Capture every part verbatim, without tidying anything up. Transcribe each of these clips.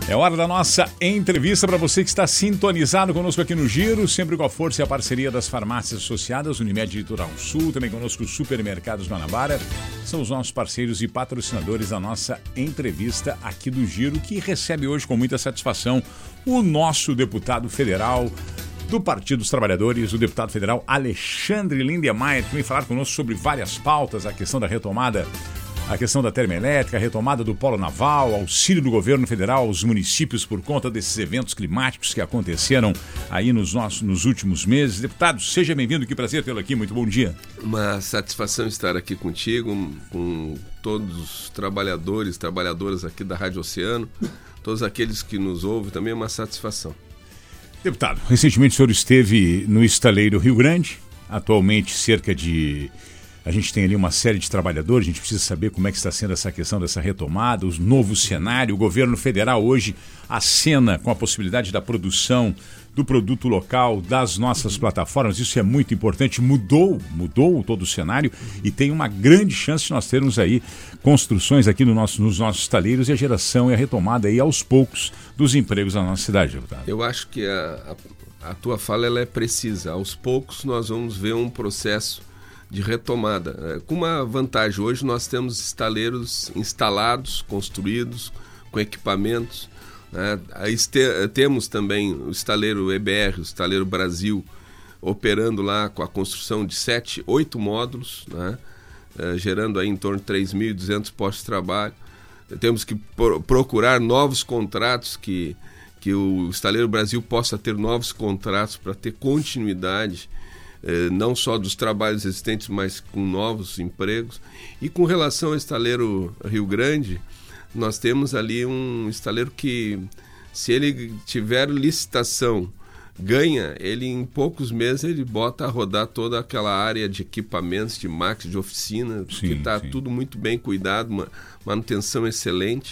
É hora da nossa entrevista para você que está sintonizado conosco aqui no Giro, sempre com a força e a parceria das farmácias associadas, Unimed Litoral Sul, também conosco os Supermercados Guanabara, são os nossos parceiros e patrocinadores da nossa entrevista aqui do Giro, que recebe hoje com muita satisfação o nosso deputado federal do Partido dos Trabalhadores, o deputado federal Alexandre Lindemeyer, que vem falar conosco sobre várias pautas, a questão da retomada A questão da termoelétrica, a retomada do polo naval, auxílio do governo federal aos municípios por conta desses eventos climáticos que aconteceram aí nos, nossos, nos últimos meses. Deputado, seja bem-vindo, que prazer tê-lo aqui, muito bom dia. Uma satisfação estar aqui contigo, com todos os trabalhadores, trabalhadoras aqui da Rádio Oceano, todos aqueles que nos ouvem, também é uma satisfação. Deputado, recentemente o senhor esteve no estaleiro Rio Grande, atualmente cerca de... A gente tem ali uma série de trabalhadores, a gente precisa saber como é que está sendo essa questão dessa retomada, os novos cenários. O governo federal hoje acena com a possibilidade da produção do produto local, das nossas plataformas. Isso é muito importante, mudou, mudou todo o cenário e tem uma grande chance de nós termos aí construções aqui no nosso, nos nossos estaleiros e a geração e a retomada aí aos poucos dos empregos na nossa cidade, deputado. Eu acho que a, a, a tua fala ela é precisa. Aos poucos nós vamos ver um processo de retomada. Com uma vantagem, hoje nós temos estaleiros instalados, construídos, com equipamentos, né? Aí te, temos também o estaleiro E B R, o estaleiro Brasil, operando lá com a construção de sete, oito módulos, né? É, gerando aí em torno de três mil e duzentos postos de trabalho. Temos que pro, procurar novos contratos, que, que o estaleiro Brasil possa ter novos contratos para ter continuidade, Eh, não só dos trabalhos existentes, mas com novos empregos. E com relação ao estaleiro Rio Grande, nós temos ali um estaleiro que, se ele tiver licitação, ganha, ele em poucos meses ele bota a rodar toda aquela área de equipamentos, de máquinas, de oficina, sim, que está tudo muito bem cuidado, uma manutenção excelente.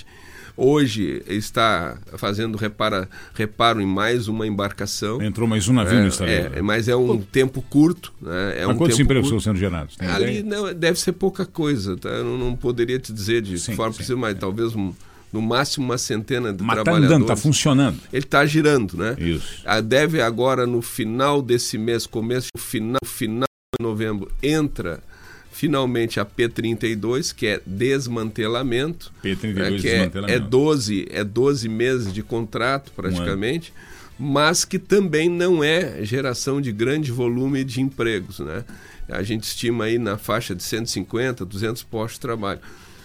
Hoje está fazendo repara, reparo em mais uma embarcação. Entrou mais um navio é, no estaleiro. É, mas é um Pô. tempo curto. Né? É mas um quantos tempo empregos curto. estão sendo gerados? Tem Ali não, deve ser pouca coisa. Tá? Eu não, não poderia te dizer de sim, forma precisa, mas talvez um, no máximo uma centena de mas trabalhadores. Mas está andando, está funcionando. Ele está girando, né? Isso. Deve agora, no final desse mês, começo, final, final de novembro, entra finalmente a P trinta e dois, que é desmantelamento, P trinta e dois, né, que desmantelamento. É, é, doze, é doze meses de contrato praticamente, um mas que também não é geração de grande volume de empregos, né? A gente estima aí na faixa de cento e cinquenta, duzentos postos de trabalho.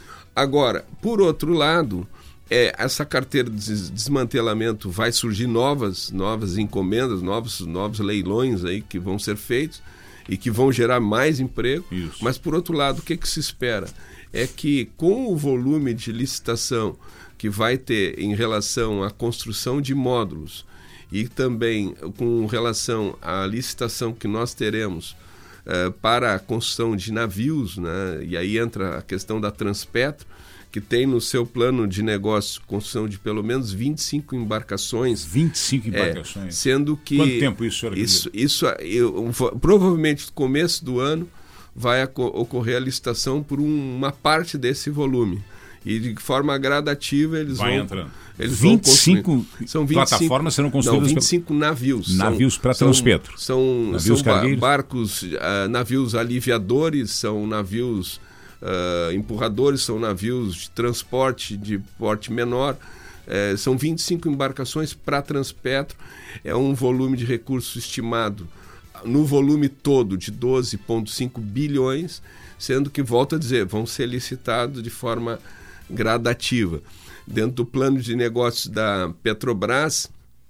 Agora, por outro lado, é, essa carteira de desmantelamento vai surgir novas, novas encomendas, novos, novos leilões aí que vão ser feitos, e que vão gerar mais emprego. Isso. Mas, por outro lado, o que, que se espera? É que, com o volume de licitação que vai ter em relação à construção de módulos e também com relação à licitação que nós teremos uh, para a construção de navios, né? E aí entra a questão da Transpetro, que tem no seu plano de negócio construção de pelo menos vinte e cinco embarcações. vinte e cinco embarcações? É, sendo que... Quanto tempo isso, senhor? Isso, isso eu, provavelmente no começo do ano vai ocorrer a licitação por um, uma parte desse volume. E de forma gradativa eles vai vão... entrando. Eles vinte e cinco vão são vinte e cinco, plataformas serão construídas? Não, vinte e cinco navios. Navios para Transpetro. São, navios são barcos, uh, navios aliviadores, são navios... Uh, empurradores, são navios de transporte de porte menor, uh, são vinte e cinco embarcações para Transpetro, é um volume de recurso estimado no volume todo de doze vírgula cinco bilhões, sendo que, volto a dizer, vão ser licitados de forma gradativa. Dentro do plano de negócios da Petrobras,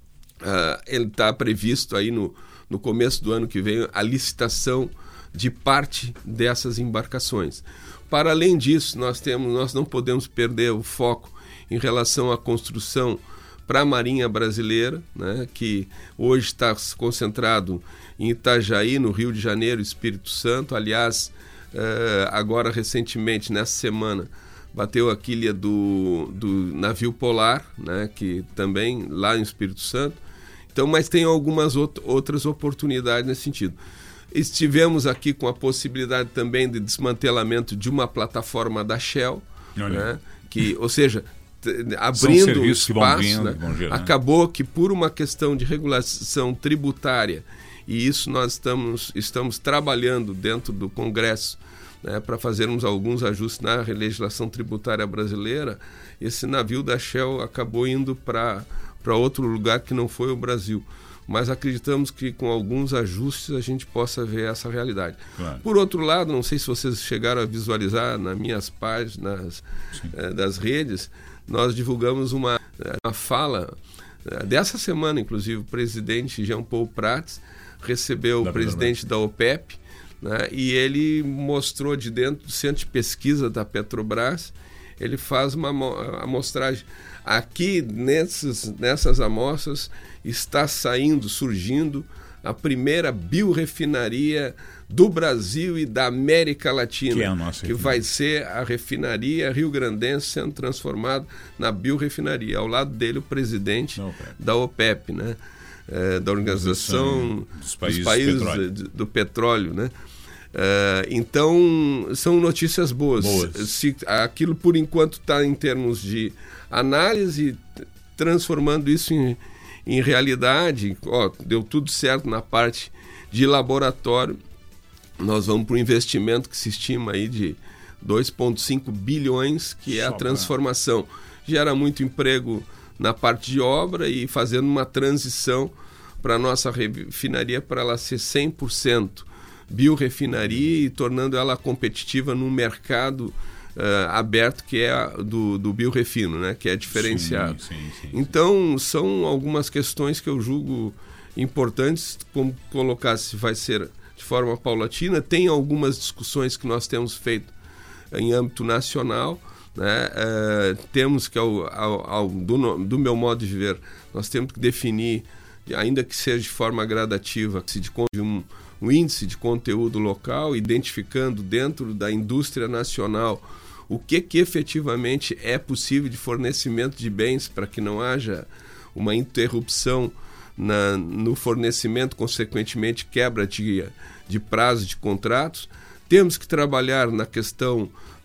uh, ele está previsto aí no, no começo do ano que vem a licitação de parte dessas embarcações. Para além disso, nós temos, nós não podemos perder o foco em relação à construção para a Marinha Brasileira, né, que hoje está concentrado em Itajaí, no Rio de Janeiro, Espírito Santo. Aliás, eh, agora recentemente, nessa semana, bateu a quilha do, do navio Polar, né, que também lá em Espírito Santo. Então, mas tem algumas out- outras oportunidades nesse sentido. Estivemos aqui com a possibilidade também de desmantelamento de uma plataforma da Shell, né? Que, ou seja, abrindo espaço, vindo, né? vindo, Acabou que por uma questão de regulação tributária, e isso nós estamos, estamos trabalhando dentro do Congresso, né, para fazermos alguns ajustes na legislação tributária brasileira, esse navio da Shell acabou indo para para outro lugar que não foi o Brasil. Mas acreditamos que com alguns ajustes a gente possa ver essa realidade. Claro. Por outro lado, não sei se vocês chegaram a visualizar nas minhas páginas eh, das redes, nós divulgamos uma, uma fala eh, dessa semana, inclusive, o presidente Jean Paul Prats recebeu da o presidente da OPEP, né, e ele mostrou de dentro do centro de pesquisa da Petrobras, ele faz uma amostragem. Aqui, nesses, nessas amostras, está saindo, surgindo a primeira biorefinaria do Brasil e da América Latina, que, é a nossa que vai ser a refinaria rio-grandense sendo transformada na biorefinaria. Ao lado dele, o presidente Não, da OPEP, né? É, da Organização dos Países, dos países petróleo. Do, do Petróleo, né? Uh, então, são notícias boas. boas. Se, aquilo, por enquanto, está em termos de análise, transformando isso em, em realidade. Ó, deu tudo certo na parte de laboratório. Nós vamos para um investimento que se estima aí de dois vírgula cinco bilhões, que é a transformação. Gera muito emprego na parte de obra e fazendo uma transição para a nossa refinaria para ela ser cem por cento biorefinaria e tornando ela competitiva num mercado uh, aberto que é a do, do biorefino, né? Que é diferenciado. Sim, sim, sim, então, são algumas questões que eu julgo importantes, como colocar se vai ser de forma paulatina. Tem algumas discussões que nós temos feito em âmbito nacional, né? Uh, temos que, ao, ao, ao, do, do meu modo de ver, nós temos que definir, ainda que seja de forma gradativa, se de um um índice de conteúdo local, identificando dentro da indústria nacional o que, que efetivamente é possível de fornecimento de bens para que não haja uma interrupção na, no fornecimento, consequentemente quebra de, de prazo de contratos. Temos que trabalhar na questão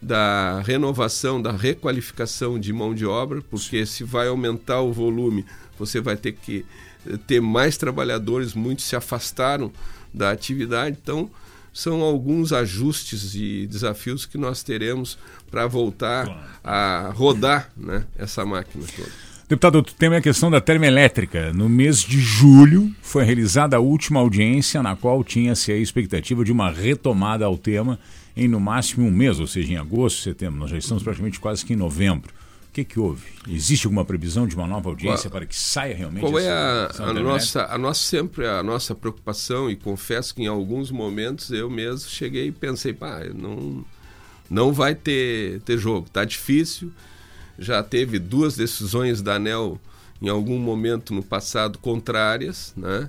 da renovação, da requalificação de mão de obra, porque se vai aumentar o volume, você vai ter que ter mais trabalhadores, muitos se afastaram da atividade. Então, são alguns ajustes e desafios que nós teremos para voltar claro. a rodar, né, essa máquina toda. Deputado, outro tema é a questão da termoelétrica. No mês de julho foi realizada a última audiência na qual tinha-se a expectativa de uma retomada ao tema em no máximo um mês, ou seja, em agosto, setembro. Nós já estamos praticamente quase que em novembro. O que que houve? Existe alguma previsão de uma nova audiência qual, para que saia realmente? Qual é a, a nossa, a nossa sempre a nossa preocupação, e confesso que em alguns momentos eu mesmo cheguei e pensei, pá, não, não vai ter, ter jogo, tá difícil. Já teve duas decisões da ANEEL em algum momento no passado contrárias, né?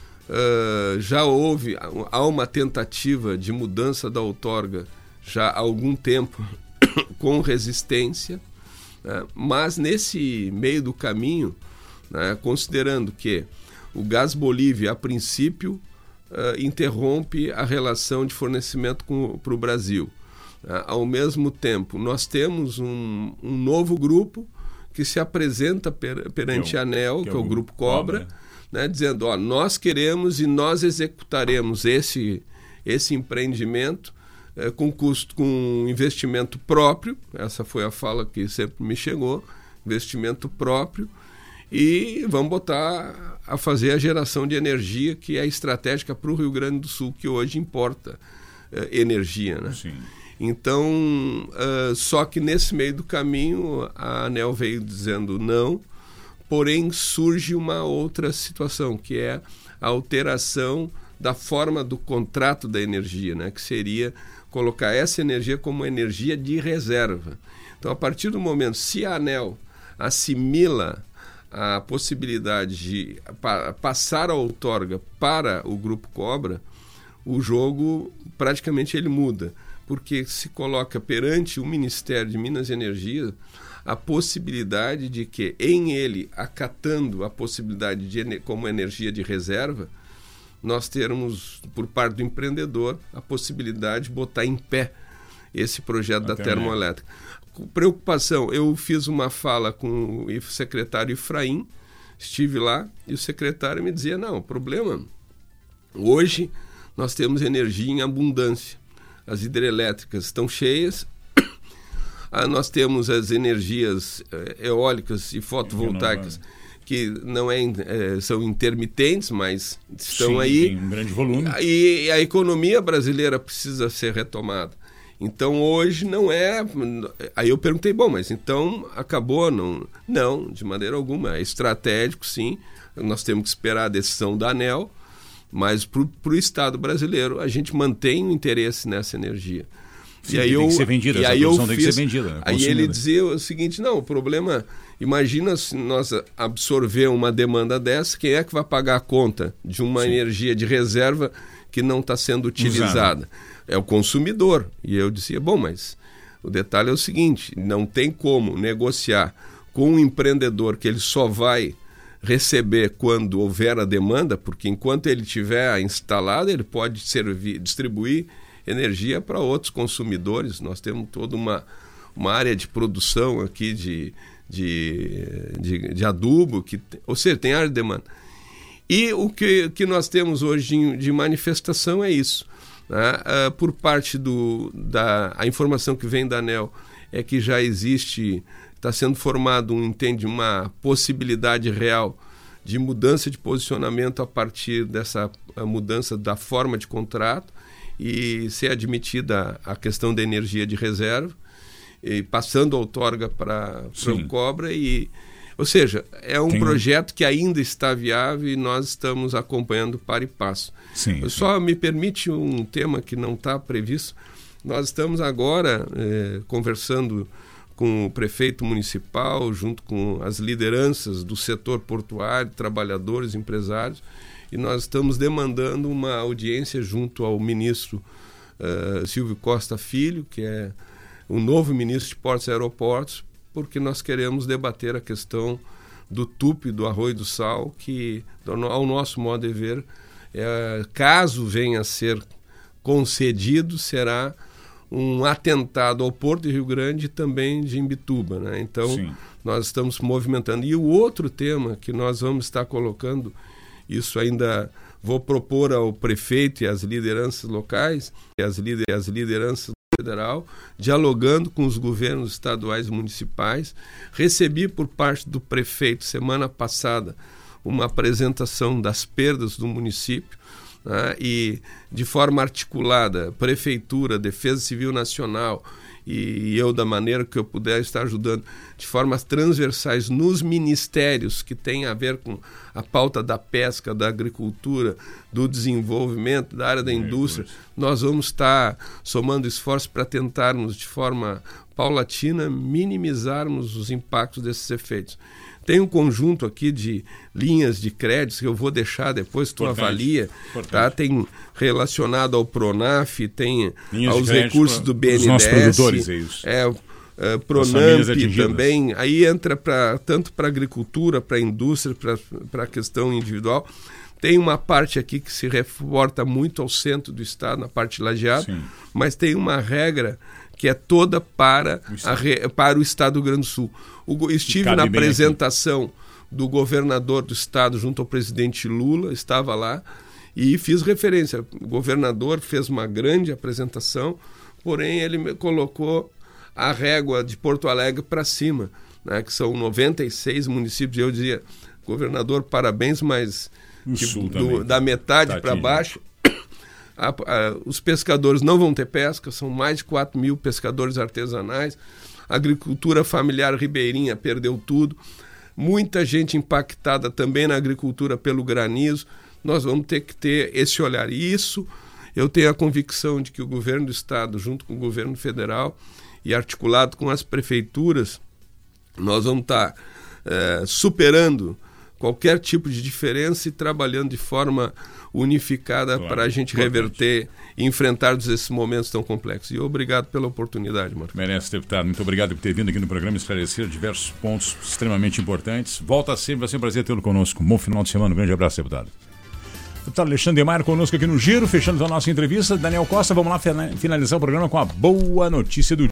Uh, já houve, há uma tentativa de mudança da outorga já há algum tempo com resistência. É, mas nesse meio do caminho, né, considerando que o Gás Bolívia, a princípio, uh, interrompe a relação de fornecimento para o Brasil. Uh, ao mesmo tempo, nós temos um, um novo grupo que se apresenta per, perante a ANEEL, que é o, que é o Grupo Cobra, Cobra. Né, dizendo, ó, nós queremos e nós executaremos esse, esse empreendimento É, com custo, com investimento próprio. Essa foi a fala que sempre me chegou, investimento próprio, e vamos botar a fazer a geração de energia que é estratégica para o Rio Grande do Sul, que hoje importa é, energia, né? Sim. Então, uh, só que nesse meio do caminho a ANEEL veio dizendo não, porém surge uma outra situação, que é a alteração da forma do contrato da energia, né? Que seria colocar essa energia como energia de reserva. Então, a partir do momento, se a ANEEL assimila a possibilidade de pa- passar a outorga para o Grupo Cobra, o jogo praticamente ele muda, porque se coloca perante o Ministério de Minas e Energia a possibilidade de que, em ele, acatando a possibilidade de como energia de reserva, nós termos, por parte do empreendedor, a possibilidade de botar em pé esse projeto da termoelétrica. preocupação, eu fiz uma fala com o secretário Efraim, estive lá, e o secretário me dizia, não, o problema, hoje nós temos energia em abundância, as hidrelétricas estão cheias, nós temos as energias eólicas e fotovoltaicas, que não é, é, são intermitentes, mas estão Sim, aí. Tem um grande volume. E a economia brasileira precisa ser retomada. Então, hoje não é... Aí eu perguntei, bom, mas então acabou? Não, não, de maneira alguma. É estratégico, sim. Nós temos que esperar a decisão da ANEEL, mas para o Estado brasileiro a gente mantém o interesse nessa energia. Sim, e aí tem eu, que ser vendida, e essa aí produção eu tem fiz, que ser vendida. Né, aí ele dizia o seguinte, não, o problema... Imagina se nós absorver uma demanda dessa, quem é que vai pagar a conta de uma Sim. energia de reserva que não está sendo utilizada? Usado. É o consumidor. E eu dizia, bom, mas o detalhe é o seguinte, não tem como negociar com um empreendedor que ele só vai receber quando houver a demanda, porque enquanto ele tiver instalado, ele pode servir, distribuir energia para outros consumidores. Nós temos toda uma, uma área de produção aqui de... De, de, de adubo, que, ou seja, tem área de demanda. E o que, que nós temos hoje de, de manifestação é isso. Né? Uh, por parte do, da a informação que vem da ANEEL é que já existe, está sendo formado um, entende, uma possibilidade real de mudança de posicionamento a partir dessa mudança da forma de contrato e ser admitida a questão da energia de reserva. E passando a outorga para o Cobra, e, ou seja, é um Tem... projeto que ainda está viável e nós estamos acompanhando para e passo. Sim, Só sim. me permite um tema que não está previsto. Nós estamos agora é, conversando com o prefeito municipal, junto com as lideranças do setor portuário, trabalhadores, empresários, e nós estamos demandando uma audiência junto ao ministro uh, Silvio Costa Filho, que é o novo ministro de Portos e Aeroportos, porque nós queremos debater a questão do tupi, do Arroio do Sal, que, ao nosso modo de ver, é, caso venha a ser concedido, será um atentado ao Porto de Rio Grande e também de Imbituba. Né? Então, Sim. nós estamos movimentando. E o outro tema que nós vamos estar colocando, isso ainda vou propor ao prefeito e às lideranças locais, e às, lider, as lideranças federal, dialogando com os governos estaduais e municipais. Recebi por parte do prefeito, semana passada, uma apresentação das perdas do município, né, e de forma articulada, Prefeitura, Defesa Civil Nacional e eu, da maneira que eu puder estar ajudando, de formas transversais nos ministérios que têm a ver com a pauta da pesca, da agricultura, do desenvolvimento, da área da indústria, nós vamos estar somando esforços para tentarmos, de forma paulatina, minimizarmos os impactos desses efeitos. Tem um conjunto aqui de linhas de créditos que eu vou deixar depois, tu avalia, tá? Tem relacionado ao Pronaf, tem linhas aos recursos do B N D E S, nossos produtores, é isso. É, é, Pronamp também, aí entra pra, tanto para a agricultura, para a indústria, para a questão individual. Tem uma parte aqui que se reporta muito ao centro do estado, na parte lajeada, Sim. mas tem uma regra que é toda para o, a re, para o estado do Rio Grande do Sul. O, estive na apresentação aqui. do governador do estado junto ao presidente Lula, estava lá, e fiz referência. O governador fez uma grande apresentação, porém ele me colocou a régua de Porto Alegre para cima, né, que são noventa e seis municípios. Eu dizia, governador, parabéns, mas tipo, do, da metade para baixo... A, a, os pescadores não vão ter pesca, são mais de quatro mil pescadores artesanais, a agricultura familiar ribeirinha perdeu tudo, muita gente impactada também na agricultura pelo granizo. Nós vamos ter que ter esse olhar, e isso eu tenho a convicção de que o governo do estado, junto com o governo federal e articulado com as prefeituras, nós vamos estar é, superando qualquer tipo de diferença e trabalhando de forma unificada claro, para a gente reverter e enfrentar esses momentos tão complexos. E obrigado pela oportunidade, Marcos. Merece, deputado. Muito obrigado por ter vindo aqui no programa esclarecer diversos pontos extremamente importantes. Volta sempre, vai ser um prazer tê-lo conosco. Um bom final de semana. Um grande abraço, deputado. Deputado Alexandre Maia conosco aqui no Giro, fechando a nossa entrevista. Daniel Costa, vamos lá finalizar o programa com a boa notícia do dia.